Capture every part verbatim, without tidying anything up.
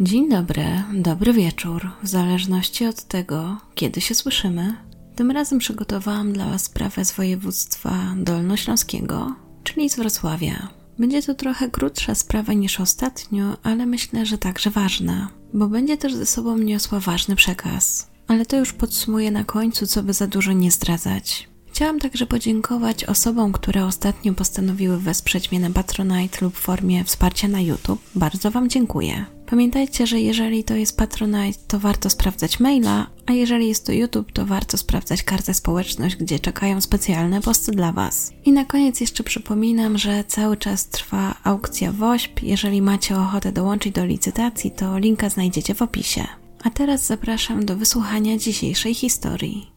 Dzień dobry, dobry wieczór, w zależności od tego, kiedy się słyszymy. Tym razem przygotowałam dla Was sprawę z województwa dolnośląskiego, czyli z Wrocławia. Będzie to trochę krótsza sprawa niż ostatnio, ale myślę, że także ważna, bo będzie też ze sobą niosła ważny przekaz. Ale to już podsumuję na końcu, co by za dużo nie zdradzać. Chciałam także podziękować osobom, które ostatnio postanowiły wesprzeć mnie na Patronite lub w formie wsparcia na YouTube. Bardzo Wam dziękuję. Pamiętajcie, że jeżeli to jest Patronite, to warto sprawdzać maila, a jeżeli jest to YouTube, to warto sprawdzać kartę społeczność, gdzie czekają specjalne posty dla Was. I na koniec jeszcze przypominam, że cały czas trwa aukcja WOŚP. Jeżeli macie ochotę dołączyć do licytacji, to linka znajdziecie w opisie. A teraz zapraszam do wysłuchania dzisiejszej historii.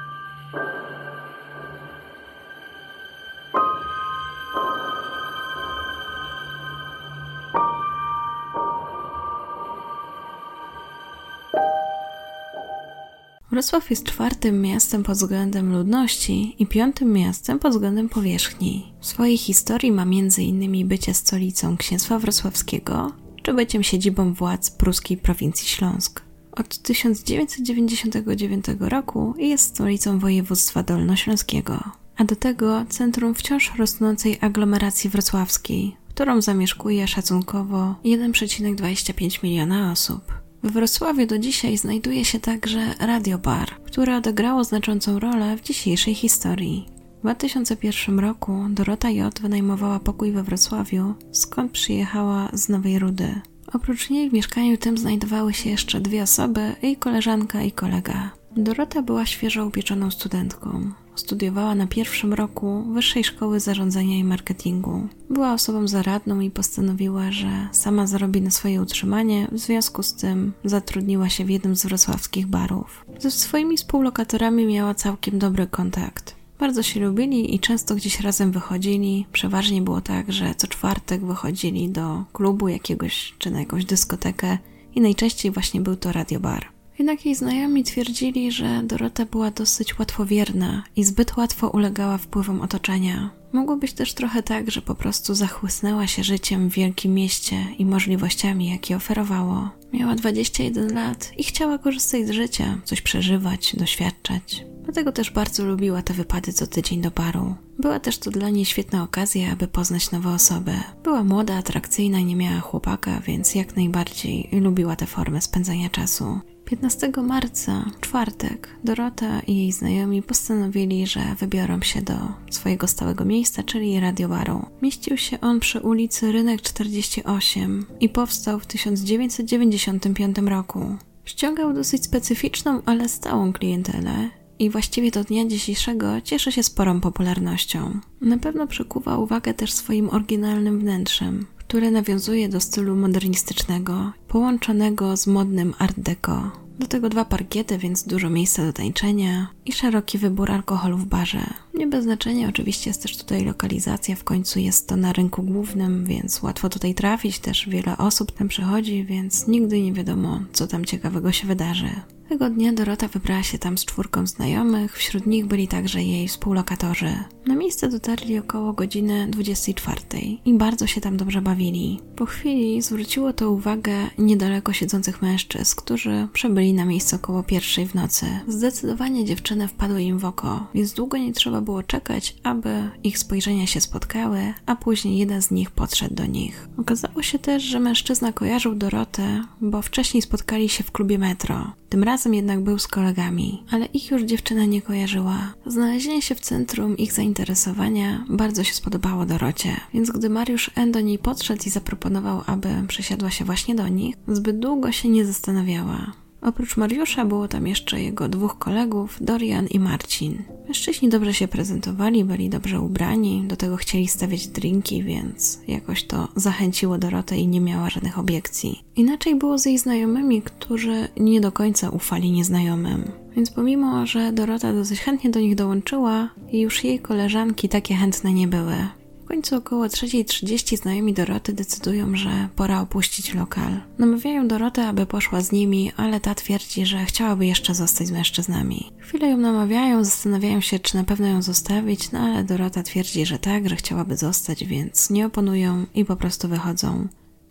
Wrocław jest czwartym miastem pod względem ludności i piątym miastem pod względem powierzchni. W swojej historii ma między innymi bycie stolicą Księstwa Wrocławskiego czy byciem siedzibą władz pruskiej prowincji Śląsk. Od tysiąc dziewięćset dziewięćdziesiątego dziewiątego roku jest stolicą województwa dolnośląskiego, a do tego centrum wciąż rosnącej aglomeracji wrocławskiej, którą zamieszkuje szacunkowo jeden przecinek dwadzieścia pięć miliona osób. We Wrocławiu do dzisiaj znajduje się także radiobar, które odegrało znaczącą rolę w dzisiejszej historii. W dwa tysiące pierwszym roku Dorota J. wynajmowała pokój we Wrocławiu, skąd przyjechała z Nowej Rudy. Oprócz niej w mieszkaniu tym znajdowały się jeszcze dwie osoby, jej koleżanka i kolega. Dorota była świeżo upieczoną studentką. Studiowała na pierwszym roku Wyższej Szkoły Zarządzania i Marketingu. Była osobą zaradną i postanowiła, że sama zarobi na swoje utrzymanie, w związku z tym zatrudniła się w jednym z wrocławskich barów. Ze swoimi współlokatorami miała całkiem dobry kontakt. Bardzo się lubili i często gdzieś razem wychodzili. Przeważnie było tak, że co czwartek wychodzili do klubu jakiegoś czy na jakąś dyskotekę i najczęściej właśnie był to radiobar. Jednak jej znajomi twierdzili, że Dorota była dosyć łatwowierna i zbyt łatwo ulegała wpływom otoczenia. Mogło być też trochę tak, że po prostu zachłysnęła się życiem w wielkim mieście i możliwościami, jakie oferowało. Miała dwadzieścia jeden lat i chciała korzystać z życia, coś przeżywać, doświadczać. Dlatego też bardzo lubiła te wypady co tydzień do baru. Była też to dla niej świetna okazja, aby poznać nowe osoby. Była młoda, atrakcyjna i nie miała chłopaka, więc jak najbardziej lubiła tę formę spędzania czasu. piętnastego marca, czwartek, Dorota i jej znajomi postanowili, że wybiorą się do swojego stałego miejsca, czyli radiobaru. Mieścił się on przy ulicy Rynek czterdzieści osiem i powstał w tysiąc dziewięćset dziewięćdziesiątym piątym roku. Ściągał dosyć specyficzną, ale stałą klientelę i właściwie do dnia dzisiejszego cieszy się sporą popularnością. Na pewno przykuwa uwagę też swoim oryginalnym wnętrzem, które nawiązuje do stylu modernistycznego, połączonego z modnym art deco. Do tego dwa parkiety, więc dużo miejsca do tańczenia i szeroki wybór alkoholu w barze. Nie bez znaczenia oczywiście jest też tutaj lokalizacja, w końcu jest to na rynku głównym, więc łatwo tutaj trafić, też wiele osób tam przychodzi, więc nigdy nie wiadomo, co tam ciekawego się wydarzy. Tego dnia Dorota wybrała się tam z czwórką znajomych, wśród nich byli także jej współlokatorzy. Na miejsce dotarli około godziny dwudziestej czwartej i bardzo się tam dobrze bawili. Po chwili zwróciło to uwagę niedaleko siedzących mężczyzn, którzy przebyli na miejscu około pierwszej w nocy. Zdecydowanie dziewczyny wpadły im w oko, więc długo nie trzeba było czekać, aby ich spojrzenia się spotkały, a później jeden z nich podszedł do nich. Okazało się też, że mężczyzna kojarzył Dorotę, bo wcześniej spotkali się w klubie Metro. Tym razem jednak był z kolegami, ale ich już dziewczyna nie kojarzyła. Znalezienie się w centrum ich zainteresowania bardzo się spodobało Dorocie, więc gdy Mariusz N. do niej podszedł i zaproponował, aby przesiadła się właśnie do nich, zbyt długo się nie zastanawiała. Oprócz Mariusza było tam jeszcze jego dwóch kolegów, Dorian i Marcin. Mężczyźni dobrze się prezentowali, byli dobrze ubrani, do tego chcieli stawiać drinki, więc jakoś to zachęciło Dorotę i nie miała żadnych obiekcji. Inaczej było z jej znajomymi, którzy nie do końca ufali nieznajomym. Więc pomimo, że Dorota dosyć chętnie do nich dołączyła, już jej koleżanki takie chętne nie były. W końcu około trzeciej trzydzieści znajomi Doroty decydują, że pora opuścić lokal. Namawiają Dorotę, aby poszła z nimi, ale ta twierdzi, że chciałaby jeszcze zostać z mężczyznami. Chwilę ją namawiają, zastanawiają się, czy na pewno ją zostawić, no ale Dorota twierdzi, że tak, że chciałaby zostać, więc nie oponują i po prostu wychodzą.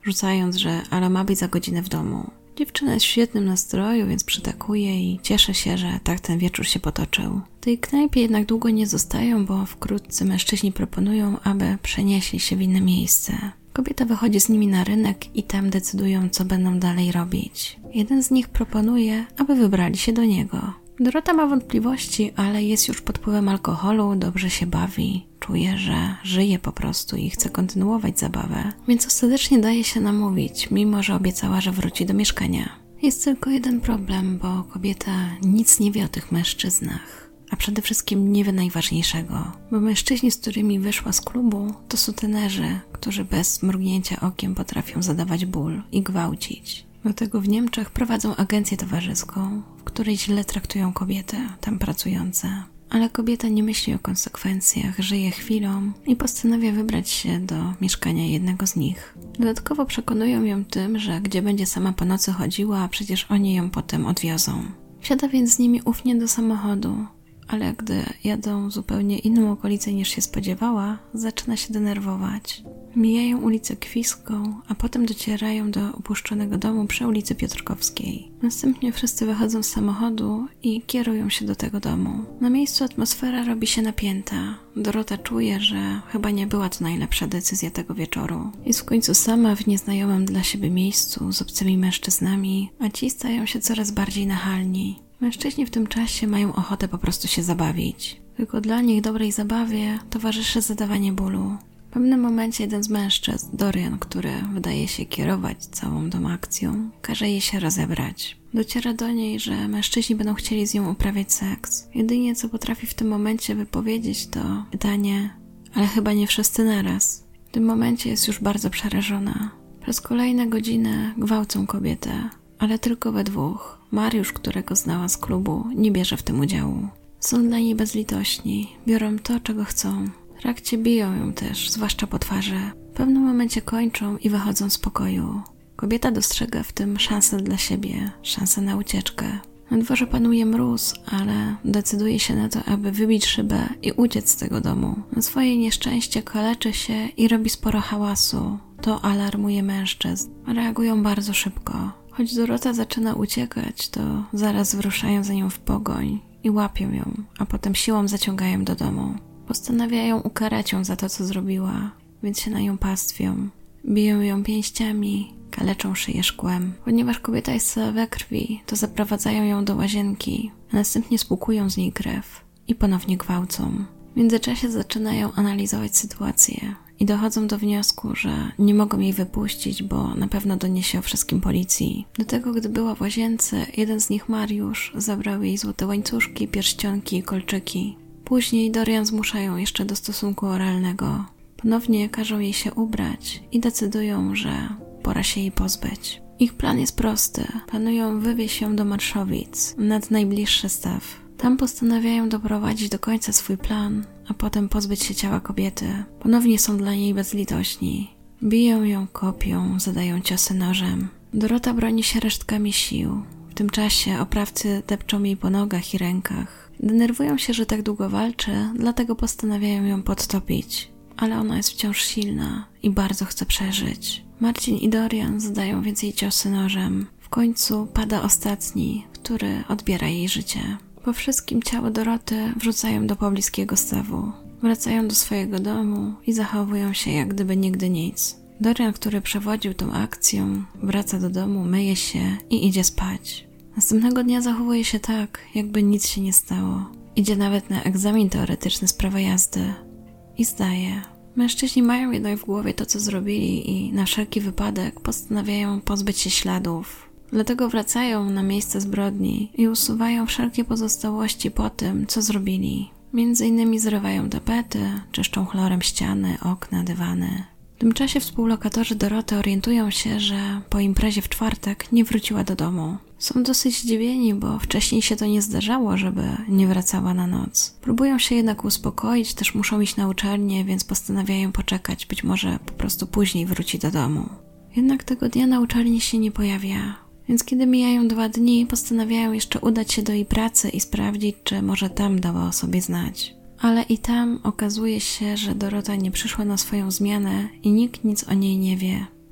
rzucając, że ale ma być za godzinę w domu. Dziewczyna jest w świetnym nastroju, więc przytakuje i cieszy się, że tak ten wieczór się potoczył. W tej knajpie jednak długo nie zostają, bo wkrótce mężczyźni proponują, aby przenieśli się w inne miejsce. Kobieta wychodzi z nimi na rynek i tam decydują, co będą dalej robić. Jeden z nich proponuje, aby wybrali się do niego. Dorota ma wątpliwości, ale jest już pod wpływem alkoholu, dobrze się bawi, czuje, że żyje po prostu i chce kontynuować zabawę, więc ostatecznie daje się namówić, mimo że obiecała, że wróci do mieszkania. Jest tylko jeden problem, bo kobieta nic nie wie o tych mężczyznach, a przede wszystkim nie wie najważniejszego, bo mężczyźni, z którymi wyszła z klubu, to sutenerzy, którzy bez mrugnięcia okiem potrafią zadawać ból i gwałcić. Do tego w Niemczech prowadzą agencję towarzyską, w której źle traktują kobiety tam pracujące. Ale kobieta nie myśli o konsekwencjach, żyje chwilą i postanawia wybrać się do mieszkania jednego z nich. Dodatkowo przekonują ją tym, że gdzie będzie sama po nocy chodziła, a przecież oni ją potem odwiozą. Wsiada więc z nimi ufnie do samochodu, ale gdy jadą zupełnie inną okolicę niż się spodziewała, zaczyna się denerwować. Mijają ulicę Kwiską, a potem docierają do opuszczonego domu przy ulicy Piotrkowskiej. Następnie wszyscy wychodzą z samochodu i kierują się do tego domu. Na miejscu atmosfera robi się napięta. Dorota czuje, że chyba nie była to najlepsza decyzja tego wieczoru. Jest w końcu sama w nieznajomym dla siebie miejscu z obcymi mężczyznami, a ci stają się coraz bardziej nachalni. Mężczyźni w tym czasie mają ochotę po prostu się zabawić. Tylko dla nich dobrej zabawie towarzyszy zadawanie bólu. W pewnym momencie jeden z mężczyzn, Dorian, który wydaje się kierować całą tą akcją, każe jej się rozebrać. Dociera do niej, że mężczyźni będą chcieli z nią uprawiać seks. Jedynie co potrafi w tym momencie wypowiedzieć to pytanie, ale chyba nie wszyscy naraz. W tym momencie jest już bardzo przerażona. Przez kolejne godziny gwałcą kobietę, ale tylko we dwóch. Mariusz, którego znała z klubu, nie bierze w tym udziału. Są dla niej bezlitośni, biorą to, czego chcą. W trakcie biją ją też, zwłaszcza po twarzy. W pewnym momencie kończą i wychodzą z pokoju. Kobieta dostrzega w tym szansę dla siebie, szansę na ucieczkę. Na dworze panuje mróz, ale decyduje się na to, aby wybić szybę i uciec z tego domu. Na swoje nieszczęście kaleczy się i robi sporo hałasu. To alarmuje mężczyzn. Reagują bardzo szybko. Choć Dorota zaczyna uciekać, to zaraz wyruszają za nią w pogoń i łapią ją, a potem siłą zaciągają do domu. Postanawiają ukarać ją za to, co zrobiła, więc się na nią pastwią. Biją ją pięściami, kaleczą szyję szkłem. Ponieważ kobieta jest cała we krwi, to zaprowadzają ją do łazienki, a następnie spłukują z niej krew i ponownie gwałcą. W międzyczasie zaczynają analizować sytuację i dochodzą do wniosku, że nie mogą jej wypuścić, bo na pewno doniesie o wszystkim policji. Do tego, gdy była w łazience, jeden z nich, Mariusz, zabrał jej złote łańcuszki, pierścionki i kolczyki. Później Dorian zmusza ją jeszcze do stosunku oralnego. Ponownie każą jej się ubrać i decydują, że pora się jej pozbyć. Ich plan jest prosty. Planują wywieźć ją do Marszowic, nad najbliższy staw. Tam postanawiają doprowadzić do końca swój plan, a potem pozbyć się ciała kobiety. Ponownie są dla niej bezlitośni. Biją ją, kopią, zadają ciosy nożem. Dorota broni się resztkami sił. W tym czasie oprawcy depczą jej po nogach i rękach. Denerwują się, że tak długo walczy, dlatego postanawiają ją podtopić. Ale ona jest wciąż silna i bardzo chce przeżyć. Marcin i Dorian zadają więc jej ciosy nożem. W końcu pada ostatni, który odbiera jej życie. Po wszystkim ciało Doroty wrzucają do pobliskiego stawu. Wracają do swojego domu i zachowują się jak gdyby nigdy nic. Dorian, który przewodził tą akcją, wraca do domu, myje się i idzie spać. Następnego dnia zachowuje się tak, jakby nic się nie stało. Idzie nawet na egzamin teoretyczny z prawa jazdy i zdaje. Mężczyźni mają jednak w głowie to, co zrobili i na wszelki wypadek postanawiają pozbyć się śladów. Dlatego wracają na miejsce zbrodni i usuwają wszelkie pozostałości po tym, co zrobili. Między innymi zrywają tapety, czyszczą chlorem ściany, okna, dywany. W tym czasie współlokatorzy Doroty orientują się, że po imprezie w czwartek nie wróciła do domu. Są dosyć zdziwieni, bo wcześniej się to nie zdarzało, żeby nie wracała na noc. Próbują się jednak uspokoić, też muszą iść na uczelnię, więc postanawiają poczekać, być może po prostu później wróci do domu. Jednak tego dnia na uczelni się nie pojawia, więc kiedy mijają dwa dni, postanawiają jeszcze udać się do jej pracy i sprawdzić, czy może tam dała o sobie znać. Ale i tam okazuje się, że Dorota nie przyszła na swoją zmianę i nikt nic o niej nie wie.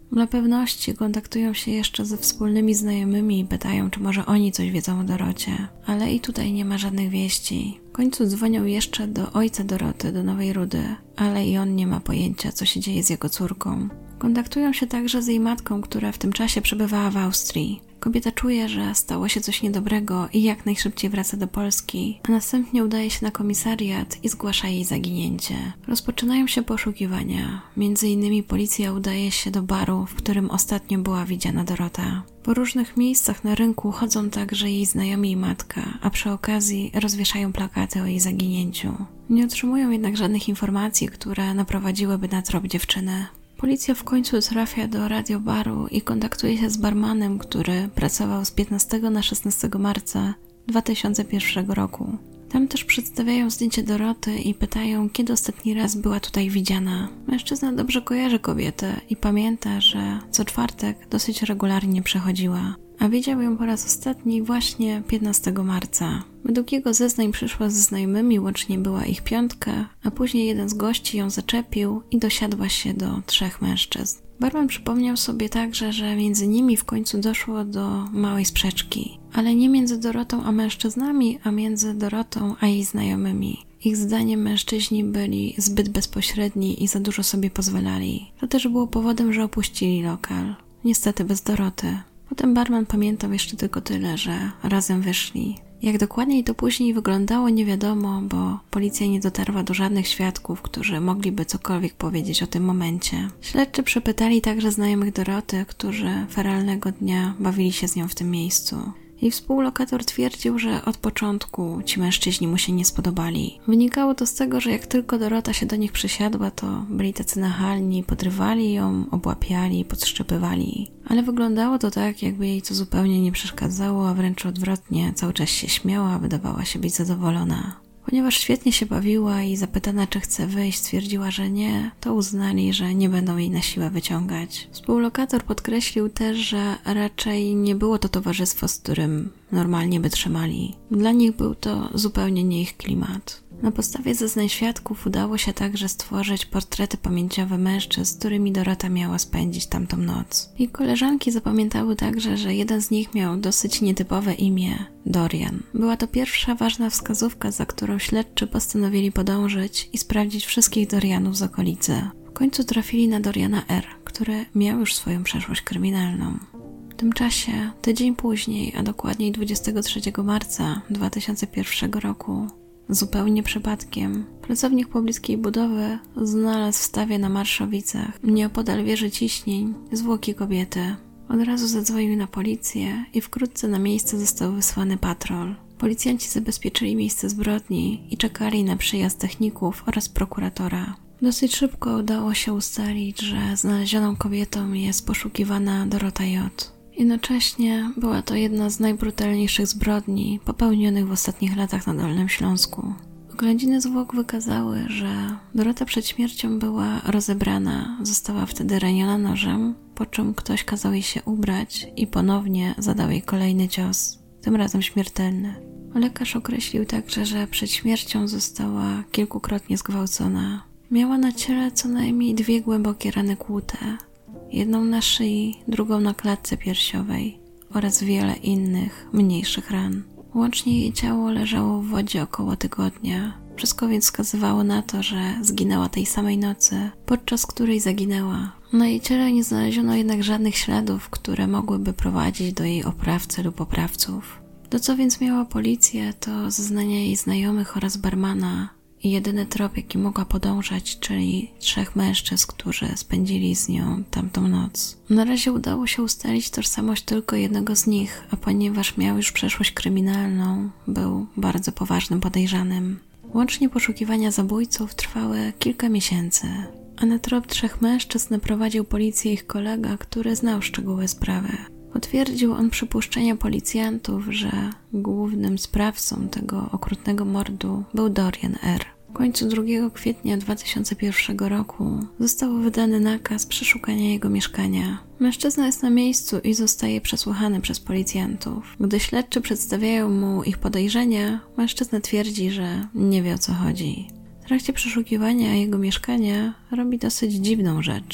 Dla pewności kontaktują się jeszcze ze wspólnymi znajomymi i pytają, czy może oni coś wiedzą o Dorocie. Ale i tutaj nie ma żadnych wieści. W końcu dzwonią jeszcze do ojca Doroty, do Nowej Rudy, ale i on nie ma pojęcia, co się dzieje z jego córką. Kontaktują się także z jej matką, która w tym czasie przebywała w Austrii. Kobieta czuje, że stało się coś niedobrego i jak najszybciej wraca do Polski, a następnie udaje się na komisariat i zgłasza jej zaginięcie. Rozpoczynają się poszukiwania. Między innymi policja udaje się do baru, w którym ostatnio była widziana Dorota. Po różnych miejscach na rynku chodzą także jej znajomi i matka, a przy okazji rozwieszają plakaty o jej zaginięciu. Nie otrzymują jednak żadnych informacji, które naprowadziłyby na trop dziewczyny. Policja w końcu trafia do radiobaru i kontaktuje się z barmanem, który pracował z piętnastego na szesnastego marca dwa tysiące pierwszego roku. Tam też przedstawiają zdjęcie Doroty i pytają, kiedy ostatni raz była tutaj widziana. Mężczyzna dobrze kojarzy kobietę i pamięta, że co czwartek dosyć regularnie przechodziła, a widział ją po raz ostatni właśnie piętnastego marca. Według jego zeznań przyszła ze znajomymi, łącznie była ich piątka, a później jeden z gości ją zaczepił i dosiadła się do trzech mężczyzn. Barman przypomniał sobie także, że między nimi w końcu doszło do małej sprzeczki, ale nie między Dorotą a mężczyznami, a między Dorotą a jej znajomymi. Ich zdaniem mężczyźni byli zbyt bezpośredni i za dużo sobie pozwalali. To też było powodem, że opuścili lokal. Niestety bez Doroty. Potem barman pamiętał jeszcze tylko tyle, że razem wyszli. Jak dokładniej to później wyglądało, nie wiadomo, bo policja nie dotarła do żadnych świadków, którzy mogliby cokolwiek powiedzieć o tym momencie. Śledczy przepytali także znajomych Doroty, którzy feralnego dnia bawili się z nią w tym miejscu. Jej współlokator twierdził, że od początku ci mężczyźni mu się nie spodobali. Wynikało to z tego, że jak tylko Dorota się do nich przysiadła, to byli tacy nachalni, podrywali ją, obłapiali, podszczypywali. Ale wyglądało to tak, jakby jej to zupełnie nie przeszkadzało, a wręcz odwrotnie, cały czas się śmiała, wydawała się być zadowolona. Ponieważ świetnie się bawiła i zapytana, czy chce wyjść, stwierdziła, że nie, to uznali, że nie będą jej na siłę wyciągać. Współlokator podkreślił też, że raczej nie było to towarzystwo, z którym normalnie by trzymali. Dla nich był to zupełnie nie ich klimat. Na podstawie zeznań świadków udało się także stworzyć portrety pamięciowe mężczyzn, z którymi Dorota miała spędzić tamtą noc. Ich koleżanki zapamiętały także, że jeden z nich miał dosyć nietypowe imię – Dorian. Była to pierwsza ważna wskazówka, za którą śledczy postanowili podążyć i sprawdzić wszystkich Dorianów z okolicy. W końcu trafili na Doriana R., który miał już swoją przeszłość kryminalną. W tym czasie, tydzień później, a dokładniej dwudziestego trzeciego marca dwa tysiące pierwszego roku, zupełnie przypadkiem, pracownik pobliskiej budowy znalazł w stawie na Marszowicach, nieopodal wieży ciśnień, zwłoki kobiety. Od razu zadzwonił na policję i wkrótce na miejsce został wysłany patrol. Policjanci zabezpieczyli miejsce zbrodni i czekali na przyjazd techników oraz prokuratora. Dosyć szybko udało się ustalić, że znalezioną kobietą jest poszukiwana Dorota J. Jednocześnie była to jedna z najbrutalniejszych zbrodni popełnionych w ostatnich latach na Dolnym Śląsku. Oględziny zwłok wykazały, że Dorota przed śmiercią była rozebrana, została wtedy raniona nożem, po czym ktoś kazał jej się ubrać i ponownie zadał jej kolejny cios, tym razem śmiertelny. Lekarz określił także, że przed śmiercią została kilkukrotnie zgwałcona. Miała na ciele co najmniej dwie głębokie rany kłute, jedną na szyi, drugą na klatce piersiowej oraz wiele innych, mniejszych ran. Łącznie jej ciało leżało w wodzie około tygodnia. Wszystko więc wskazywało na to, że zginęła tej samej nocy, podczas której zaginęła. Na jej ciele nie znaleziono jednak żadnych śladów, które mogłyby prowadzić do jej oprawcy lub oprawców. To co więc miała policja, to zeznania jej znajomych oraz barmana i jedyny trop, jaki mogła podążać, czyli trzech mężczyzn, którzy spędzili z nią tamtą noc. Na razie udało się ustalić tożsamość tylko jednego z nich, a ponieważ miał już przeszłość kryminalną, był bardzo poważnym podejrzanym. Łącznie poszukiwania zabójców trwały kilka miesięcy, a na trop trzech mężczyzn naprowadził policję ich kolega, który znał szczegóły sprawy. Potwierdził on przypuszczenia policjantów, że głównym sprawcą tego okrutnego mordu był Dorian R. W końcu drugiego kwietnia dwa tysiące pierwszego roku został wydany nakaz przeszukania jego mieszkania. Mężczyzna jest na miejscu i zostaje przesłuchany przez policjantów. Gdy śledczy przedstawiają mu ich podejrzenia, mężczyzna twierdzi, że nie wie, o co chodzi. W trakcie przeszukiwania jego mieszkania robi dosyć dziwną rzecz.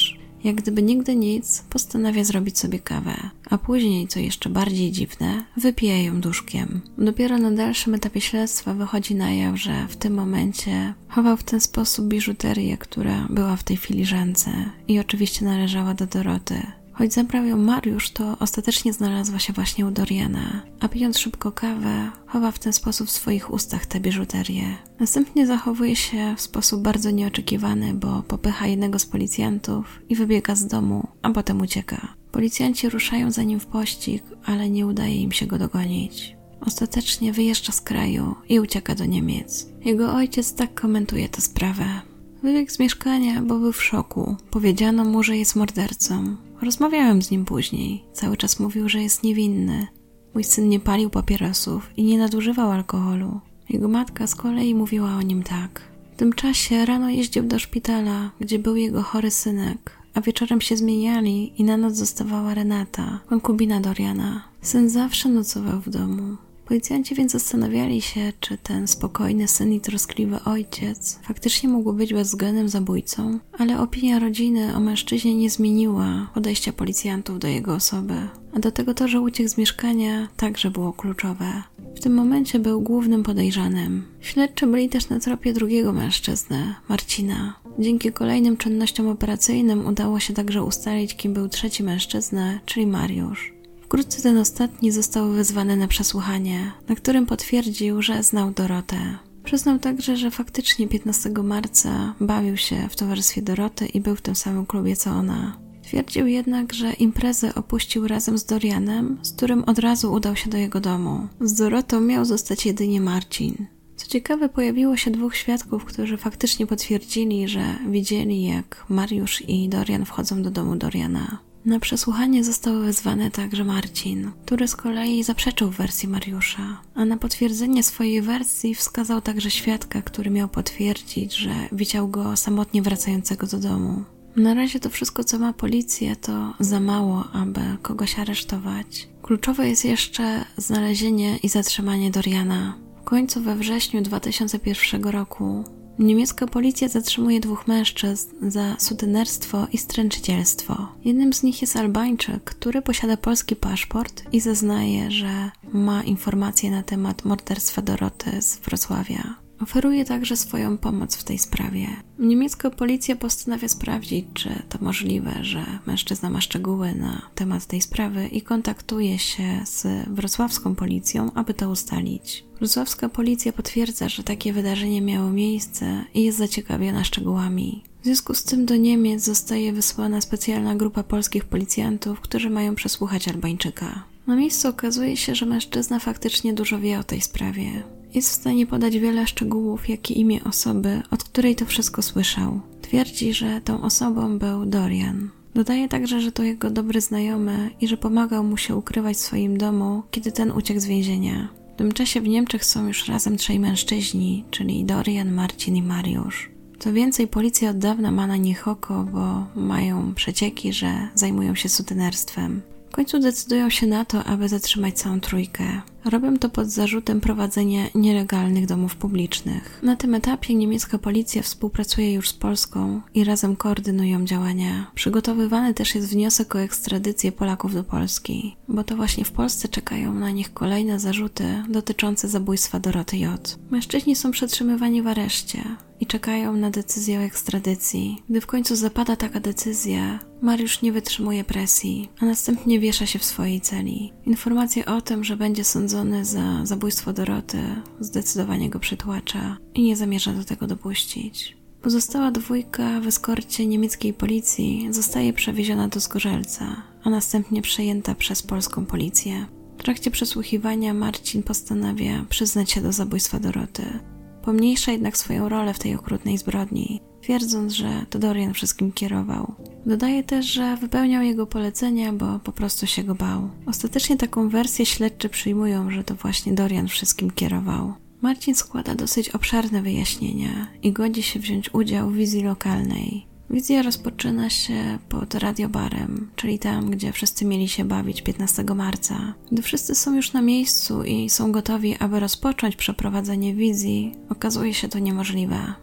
Jak gdyby nigdy nic, postanawia zrobić sobie kawę, a później, co jeszcze bardziej dziwne, wypija ją duszkiem. Dopiero na dalszym etapie śledztwa wychodzi na jaw, że w tym momencie chował w ten sposób biżuterię, która była w tej filiżance i oczywiście należała do Doroty. Choć zabrał ją Mariusz, to ostatecznie znalazła się właśnie u Doriana, a pijąc szybko kawę, chowa w ten sposób w swoich ustach tę biżuterię. Następnie zachowuje się w sposób bardzo nieoczekiwany, bo popycha jednego z policjantów i wybiega z domu, a potem ucieka. Policjanci ruszają za nim w pościg, ale nie udaje im się go dogonić. Ostatecznie wyjeżdża z kraju i ucieka do Niemiec. Jego ojciec tak komentuje tę sprawę. Wybiegł z mieszkania, bo był w szoku. Powiedziano mu, że jest mordercą. Rozmawiałem z nim później. Cały czas mówił, że jest niewinny. Mój syn nie palił papierosów i nie nadużywał alkoholu. Jego matka z kolei mówiła o nim tak. W tym czasie rano jeździł do szpitala, gdzie był jego chory synek, a wieczorem się zmieniali i na noc zostawała Renata, konkubina Doriana. Syn zawsze nocował w domu. Policjanci więc zastanawiali się, czy ten spokojny syn i troskliwy ojciec faktycznie mógł być bezwzględnym zabójcą, ale opinia rodziny o mężczyźnie nie zmieniła podejścia policjantów do jego osoby. A do tego to, że uciekł z mieszkania, także było kluczowe. W tym momencie był głównym podejrzanym. Śledczy byli też na tropie drugiego mężczyzny, Marcina. Dzięki kolejnym czynnościom operacyjnym udało się także ustalić, kim był trzeci mężczyzna, czyli Mariusz. Wkrótce ten ostatni został wezwany na przesłuchanie, na którym potwierdził, że znał Dorotę. Przyznał także, że faktycznie piętnastego marca bawił się w towarzystwie Doroty i był w tym samym klubie co ona. Twierdził jednak, że imprezę opuścił razem z Dorianem, z którym od razu udał się do jego domu. Z Dorotą miał zostać jedynie Marcin. Co ciekawe, pojawiło się dwóch świadków, którzy faktycznie potwierdzili, że widzieli, jak Mariusz i Dorian wchodzą do domu Doriana. Na przesłuchanie został wezwany także Marcin, który z kolei zaprzeczył wersji Mariusza, a na potwierdzenie swojej wersji wskazał także świadka, który miał potwierdzić, że widział go samotnie wracającego do domu. Na razie to wszystko, co ma policja, to za mało, aby kogoś aresztować. Kluczowe jest jeszcze znalezienie i zatrzymanie Doriana. W końcu we wrześniu dwa tysiące pierwszego roku niemiecka policja zatrzymuje dwóch mężczyzn za sutenerstwo i stręczycielstwo. Jednym z nich jest Albańczyk, który posiada polski paszport i zeznaje, że ma informacje na temat morderstwa Doroty z Wrocławia. Oferuje także swoją pomoc w tej sprawie. Niemiecka policja postanawia sprawdzić, czy to możliwe, że mężczyzna ma szczegóły na temat tej sprawy i kontaktuje się z wrocławską policją, aby to ustalić. Wrocławska policja potwierdza, że takie wydarzenie miało miejsce i jest zaciekawiona szczegółami. W związku z tym do Niemiec zostaje wysłana specjalna grupa polskich policjantów, którzy mają przesłuchać Albańczyka. Na miejscu okazuje się, że mężczyzna faktycznie dużo wie o tej sprawie. Jest w stanie podać wiele szczegółów, jak i imię osoby, od której to wszystko słyszał. Twierdzi, że tą osobą był Dorian. Dodaje także, że to jego dobry znajomy i że pomagał mu się ukrywać w swoim domu, kiedy ten uciekł z więzienia. W tym czasie w Niemczech są już razem trzej mężczyźni, czyli Dorian, Marcin i Mariusz. Co więcej, policja od dawna ma na nich oko, bo mają przecieki, że zajmują się sutenerstwem. W końcu decydują się na to, aby zatrzymać całą trójkę. Robią to pod zarzutem prowadzenia nielegalnych domów publicznych. Na tym etapie niemiecka policja współpracuje już z polską i razem koordynują działania. Przygotowywany też jest wniosek o ekstradycję Polaków do Polski, bo to właśnie w Polsce czekają na nich kolejne zarzuty dotyczące zabójstwa Doroty J. Mężczyźni są przetrzymywani w areszcie i czekają na decyzję o ekstradycji. Gdy w końcu zapada taka decyzja, Mariusz nie wytrzymuje presji, a następnie wiesza się w swojej celi. Informacja o tym, że będzie sądzony za zabójstwo Doroty, zdecydowanie go przytłacza i nie zamierza do tego dopuścić. Pozostała dwójka w eskorcie niemieckiej policji zostaje przewieziona do Zgorzelca, a następnie przejęta przez polską policję. W trakcie przesłuchiwania Marcin postanawia przyznać się do zabójstwa Doroty. Pomniejsza jednak swoją rolę w tej okrutnej zbrodni, twierdząc, że to Dorian wszystkim kierował. Dodaje też, że wypełniał jego polecenia, bo po prostu się go bał. Ostatecznie taką wersję śledczy przyjmują, że to właśnie Dorian wszystkim kierował. Marcin składa dosyć obszerne wyjaśnienia i godzi się wziąć udział w wizji lokalnej. Wizja rozpoczyna się pod radiobarem, czyli tam, gdzie wszyscy mieli się bawić piętnastego marca. Gdy wszyscy są już na miejscu i są gotowi, aby rozpocząć przeprowadzenie wizji, okazuje się to niemożliwe.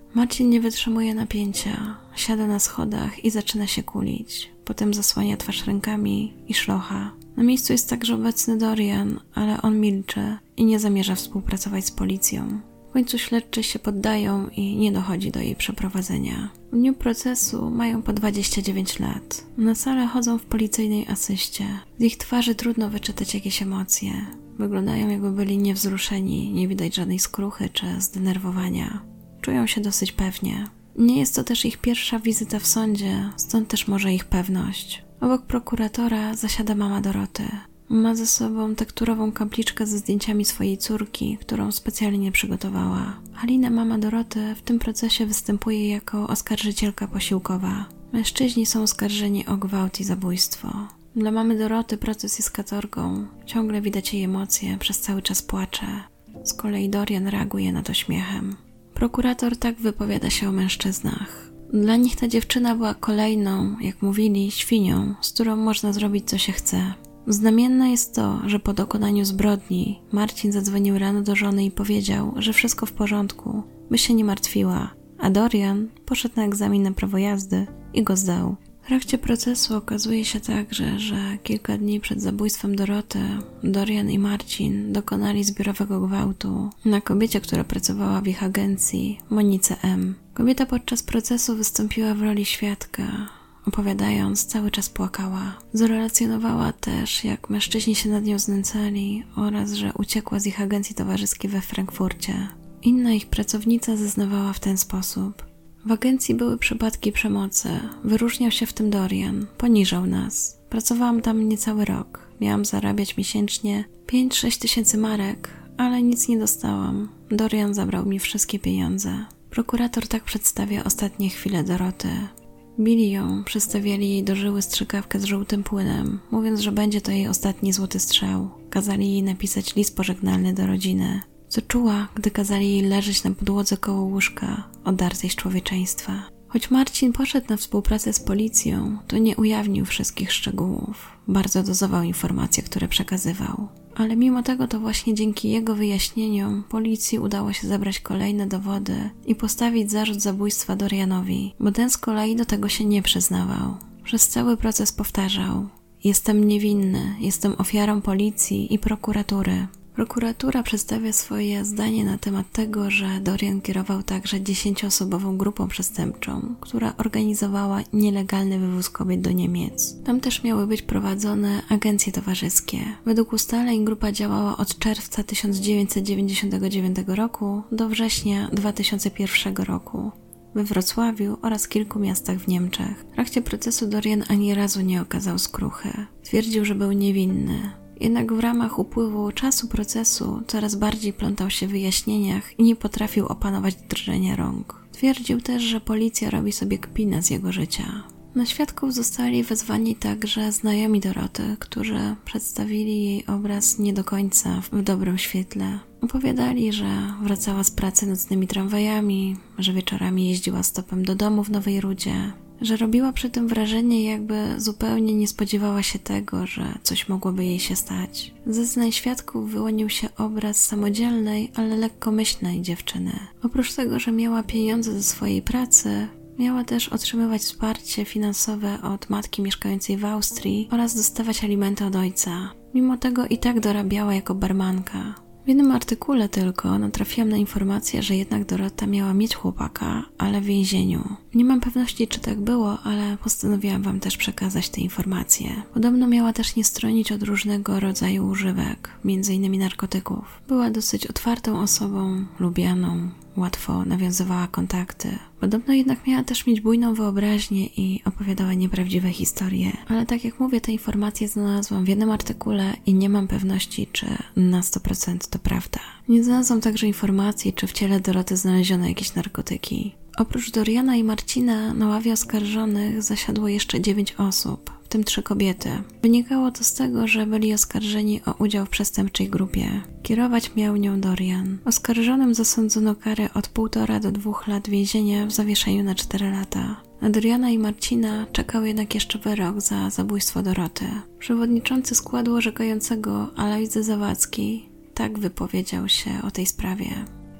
Marcin nie wytrzymuje napięcia, siada na schodach i zaczyna się kulić. Potem zasłania twarz rękami i szlocha. Na miejscu jest także obecny Dorian, ale on milczy i nie zamierza współpracować z policją. W końcu śledczy się poddają i nie dochodzi do jej przeprowadzenia. W dniu procesu mają po dwadzieścia dziewięć lat. Na salę chodzą w policyjnej asyście. Z ich twarzy trudno wyczytać jakieś emocje. Wyglądają, jakby byli niewzruszeni, nie widać żadnej skruchy czy zdenerwowania. Czują się dosyć pewnie. Nie jest to też ich pierwsza wizyta w sądzie, stąd też może ich pewność. Obok prokuratora zasiada mama Doroty. Ma ze sobą tekturową kapliczkę ze zdjęciami swojej córki, którą specjalnie przygotowała. Halina, mama Doroty, w tym procesie występuje jako oskarżycielka posiłkowa. Mężczyźni są oskarżeni o gwałt i zabójstwo. Dla mamy Doroty proces jest katorgą. Ciągle widać jej emocje, przez cały czas płacze. Z kolei Dorian reaguje na to śmiechem. Prokurator tak wypowiada się o mężczyznach. Dla nich ta dziewczyna była kolejną, jak mówili, świnią, z którą można zrobić co się chce. Znamienne jest to, że po dokonaniu zbrodni Marcin zadzwonił rano do żony i powiedział, że wszystko w porządku, by się nie martwiła, a Dorian poszedł na egzamin na prawo jazdy i go zdał. W trakcie procesu okazuje się także, że kilka dni przed zabójstwem Doroty Dorian i Marcin dokonali zbiorowego gwałtu na kobiecie, która pracowała w ich agencji, Monice M. Kobieta podczas procesu wystąpiła w roli świadka. Opowiadając, cały czas płakała. Zrelacjonowała też, jak mężczyźni się nad nią znęcali oraz, że uciekła z ich agencji towarzyskiej we Frankfurcie. Inna ich pracownica zeznawała w ten sposób. W agencji były przypadki przemocy. Wyróżniał się w tym Dorian. Poniżał nas. Pracowałam tam niecały rok. Miałam zarabiać miesięcznie pięć sześć tysięcy marek, ale nic nie dostałam. Dorian zabrał mi wszystkie pieniądze. Prokurator tak przedstawia ostatnie chwile Doroty. Bili ją, przystawiali jej do żyły strzykawkę z żółtym płynem, mówiąc, że będzie to jej ostatni złoty strzał. Kazali jej napisać list pożegnalny do rodziny. Co czuła, gdy kazali jej leżeć na podłodze koło łóżka, odartej z człowieczeństwa. Choć Marcin poszedł na współpracę z policją, to nie ujawnił wszystkich szczegółów. Bardzo dozował informacje, które przekazywał. Ale mimo tego to właśnie dzięki jego wyjaśnieniom policji udało się zebrać kolejne dowody i postawić zarzut zabójstwa Dorianowi, bo ten z kolei do tego się nie przyznawał. Przez cały proces powtarzał: jestem niewinny, jestem ofiarą policji i prokuratury. Prokuratura przedstawia swoje zdanie na temat tego, że Dorian kierował także dziesięcioosobową grupą przestępczą, która organizowała nielegalny wywóz kobiet do Niemiec. Tam też miały być prowadzone agencje towarzyskie. Według ustaleń grupa działała od czerwca tysiąc dziewięćset dziewięćdziesiątego dziewiątego roku do września dwa tysiące pierwszego roku we Wrocławiu oraz kilku miastach w Niemczech. W trakcie procesu Dorian ani razu nie okazał skruchy. Twierdził, że był niewinny. Jednak w ramach upływu czasu procesu coraz bardziej plątał się w wyjaśnieniach i nie potrafił opanować drżenia rąk. Twierdził też, że policja robi sobie kpinę z jego życia. Na świadków zostali wezwani także znajomi Doroty, którzy przedstawili jej obraz nie do końca w dobrym świetle. Opowiadali, że wracała z pracy nocnymi tramwajami, że wieczorami jeździła stopem do domu w Nowej Rudzie, że robiła przy tym wrażenie, jakby zupełnie nie spodziewała się tego, że coś mogłoby jej się stać. Ze zeznań świadków wyłonił się obraz samodzielnej, ale lekkomyślnej dziewczyny. Oprócz tego, że miała pieniądze ze swojej pracy, miała też otrzymywać wsparcie finansowe od matki mieszkającej w Austrii oraz dostawać alimenty od ojca. Mimo tego i tak dorabiała jako barmanka. W jednym artykule tylko natrafiłam na informację, że jednak Dorota miała mieć chłopaka, ale w więzieniu. Nie mam pewności, czy tak było, ale postanowiłam wam też przekazać te informacje. Podobno miała też nie stronić od różnego rodzaju używek, między innymi narkotyków. Była dosyć otwartą osobą, lubianą, łatwo nawiązywała kontakty. Podobno jednak miała też mieć bujną wyobraźnię i opowiadała nieprawdziwe historie. Ale tak jak mówię, te informacje znalazłam w jednym artykule i nie mam pewności, czy na sto procent to prawda. Nie znalazłam także informacji, czy w ciele Doroty znaleziono jakieś narkotyki. Oprócz Doriana i Marcina na ławie oskarżonych zasiadło jeszcze dziewięć osób, w tym trzy kobiety. Wynikało to z tego, że byli oskarżeni o udział w przestępczej grupie. Kierować miał nią Dorian. Oskarżonym zasądzono karę od półtora do dwóch lat więzienia w zawieszeniu na cztery lata. Na Doriana i Marcina czekał jednak jeszcze wyrok za zabójstwo Doroty. Przewodniczący składu orzekającego Alojzy Zawadzki tak wypowiedział się o tej sprawie.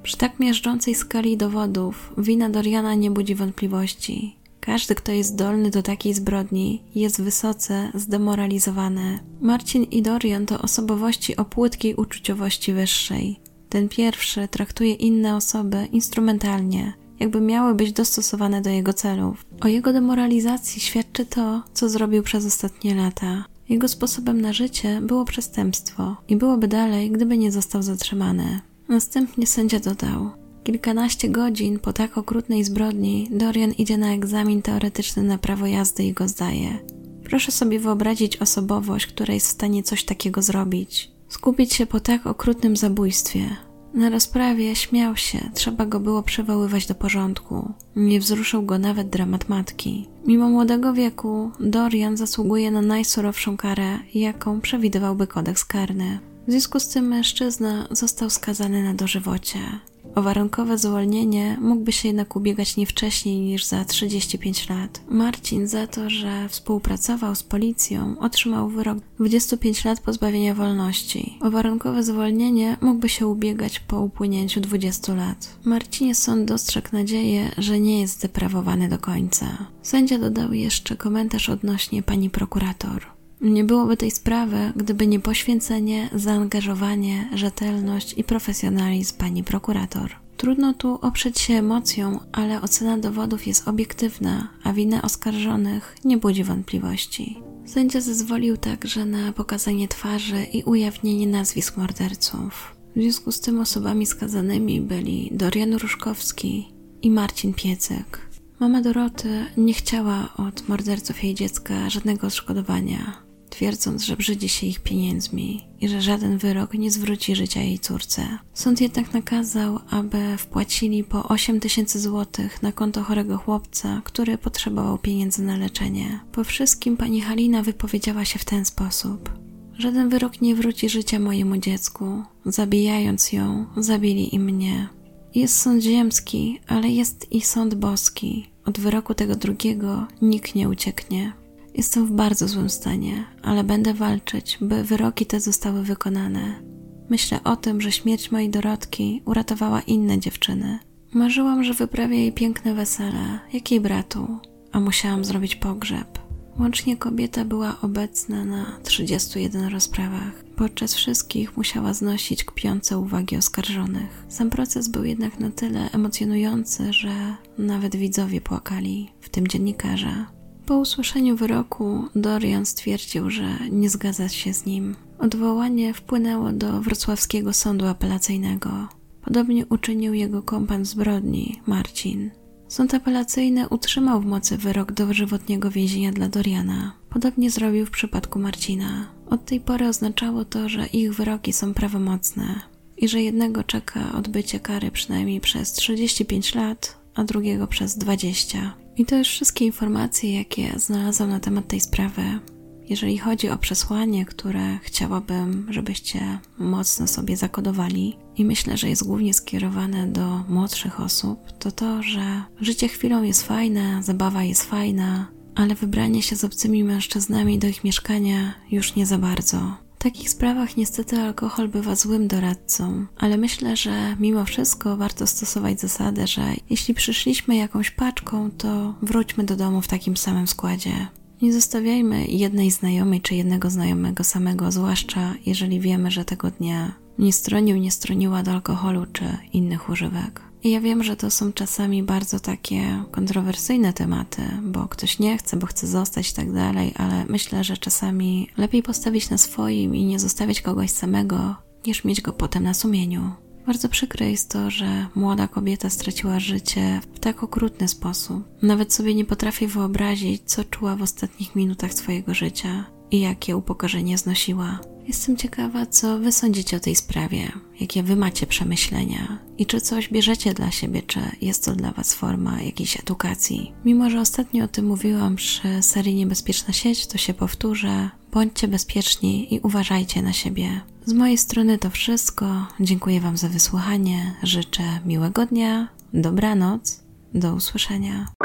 Przy tak miażdżącej skali dowodów wina Doriana nie budzi wątpliwości. Każdy, kto jest zdolny do takiej zbrodni, jest wysoce zdemoralizowany. Marcin i Dorian to osobowości o płytkiej uczuciowości wyższej. Ten pierwszy traktuje inne osoby instrumentalnie, jakby miały być dostosowane do jego celów. O jego demoralizacji świadczy to, co zrobił przez ostatnie lata. Jego sposobem na życie było przestępstwo i byłoby dalej, gdyby nie został zatrzymany. Następnie sędzia dodał: kilkanaście godzin po tak okrutnej zbrodni Dorian idzie na egzamin teoretyczny na prawo jazdy i go zdaje. Proszę sobie wyobrazić osobowość, która jest w stanie coś takiego zrobić. Skupić się po tak okrutnym zabójstwie. Na rozprawie śmiał się, trzeba go było przywoływać do porządku. Nie wzruszył go nawet dramat matki. Mimo młodego wieku, Dorian zasługuje na najsurowszą karę, jaką przewidywałby kodeks karny. W związku z tym mężczyzna został skazany na dożywocie. O warunkowe zwolnienie mógłby się jednak ubiegać nie wcześniej niż za trzydzieści pięć lat. Marcin za to, że współpracował z policją, otrzymał wyrok dwadzieścia pięć lat pozbawienia wolności. O warunkowe zwolnienie mógłby się ubiegać po upłynięciu dwudziestu lat. Marcinie sąd dostrzegł nadzieję, że nie jest zdeprawowany do końca. Sędzia dodał jeszcze komentarz odnośnie pani prokurator. Nie byłoby tej sprawy, gdyby nie poświęcenie, zaangażowanie, rzetelność i profesjonalizm pani prokurator. Trudno tu oprzeć się emocjom, ale ocena dowodów jest obiektywna, a wina oskarżonych nie budzi wątpliwości. Sędzia zezwolił także na pokazanie twarzy i ujawnienie nazwisk morderców. W związku z tym osobami skazanymi byli Dorian Różkowski i Marcin Piecyk. Mama Doroty nie chciała od morderców jej dziecka żadnego odszkodowania, twierdząc, że brzydzi się ich pieniędzmi i że żaden wyrok nie zwróci życia jej córce. Sąd jednak nakazał, aby wpłacili po osiem tysięcy złotych na konto chorego chłopca, który potrzebował pieniędzy na leczenie. Po wszystkim pani Halina wypowiedziała się w ten sposób: żaden wyrok nie wróci życia mojemu dziecku. Zabijając ją, zabili i mnie. Jest sąd ziemski, ale jest i sąd boski. Od wyroku tego drugiego nikt nie ucieknie. Jestem w bardzo złym stanie, ale będę walczyć, by wyroki te zostały wykonane. Myślę o tym, że śmierć mojej Dorotki uratowała inne dziewczyny. Marzyłam, że wyprawię jej piękne wesele, jak jej bratu, a musiałam zrobić pogrzeb. Łącznie kobieta była obecna na trzydziestu jeden rozprawach. Podczas wszystkich musiała znosić kpiące uwagi oskarżonych. Sam proces był jednak na tyle emocjonujący, że nawet widzowie płakali, w tym dziennikarze. Po usłyszeniu wyroku Dorian stwierdził, że nie zgadza się z nim. Odwołanie wpłynęło do wrocławskiego sądu apelacyjnego. Podobnie uczynił jego kompan zbrodni, Marcin. Sąd apelacyjny utrzymał w mocy wyrok dożywotniego więzienia dla Doriana. Podobnie zrobił w przypadku Marcina. Od tej pory oznaczało to, że ich wyroki są prawomocne i że jednego czeka odbycie kary przynajmniej przez trzydzieści pięć lat, a drugiego przez dwadzieścia. I to już wszystkie informacje, jakie znalazłam na temat tej sprawy. Jeżeli chodzi o przesłanie, które chciałabym, żebyście mocno sobie zakodowali i myślę, że jest głównie skierowane do młodszych osób, to to, że życie chwilą jest fajne, zabawa jest fajna, ale wybranie się z obcymi mężczyznami do ich mieszkania już nie za bardzo. W takich sprawach niestety alkohol bywa złym doradcą, ale myślę, że mimo wszystko warto stosować zasadę, że jeśli przyszliśmy jakąś paczką, to wróćmy do domu w takim samym składzie. Nie zostawiajmy jednej znajomej czy jednego znajomego samego, zwłaszcza jeżeli wiemy, że tego dnia nie stronił, nie stroniła do alkoholu czy innych używek. I ja wiem, że to są czasami bardzo takie kontrowersyjne tematy, bo ktoś nie chce, bo chce zostać i tak dalej, ale myślę, że czasami lepiej postawić na swoim i nie zostawiać kogoś samego, niż mieć go potem na sumieniu. Bardzo przykre jest to, że młoda kobieta straciła życie w tak okrutny sposób. Nawet sobie nie potrafię wyobrazić, co czuła w ostatnich minutach swojego życia i jakie upokorzenie znosiła. Jestem ciekawa, co wy sądzicie o tej sprawie, jakie wy macie przemyślenia i czy coś bierzecie dla siebie, czy jest to dla was forma jakiejś edukacji. Mimo że ostatnio o tym mówiłam przy serii Niebezpieczna sieć, to się powtórzę. Bądźcie bezpieczni i uważajcie na siebie. Z mojej strony to wszystko. Dziękuję wam za wysłuchanie. Życzę miłego dnia, dobranoc, do usłyszenia.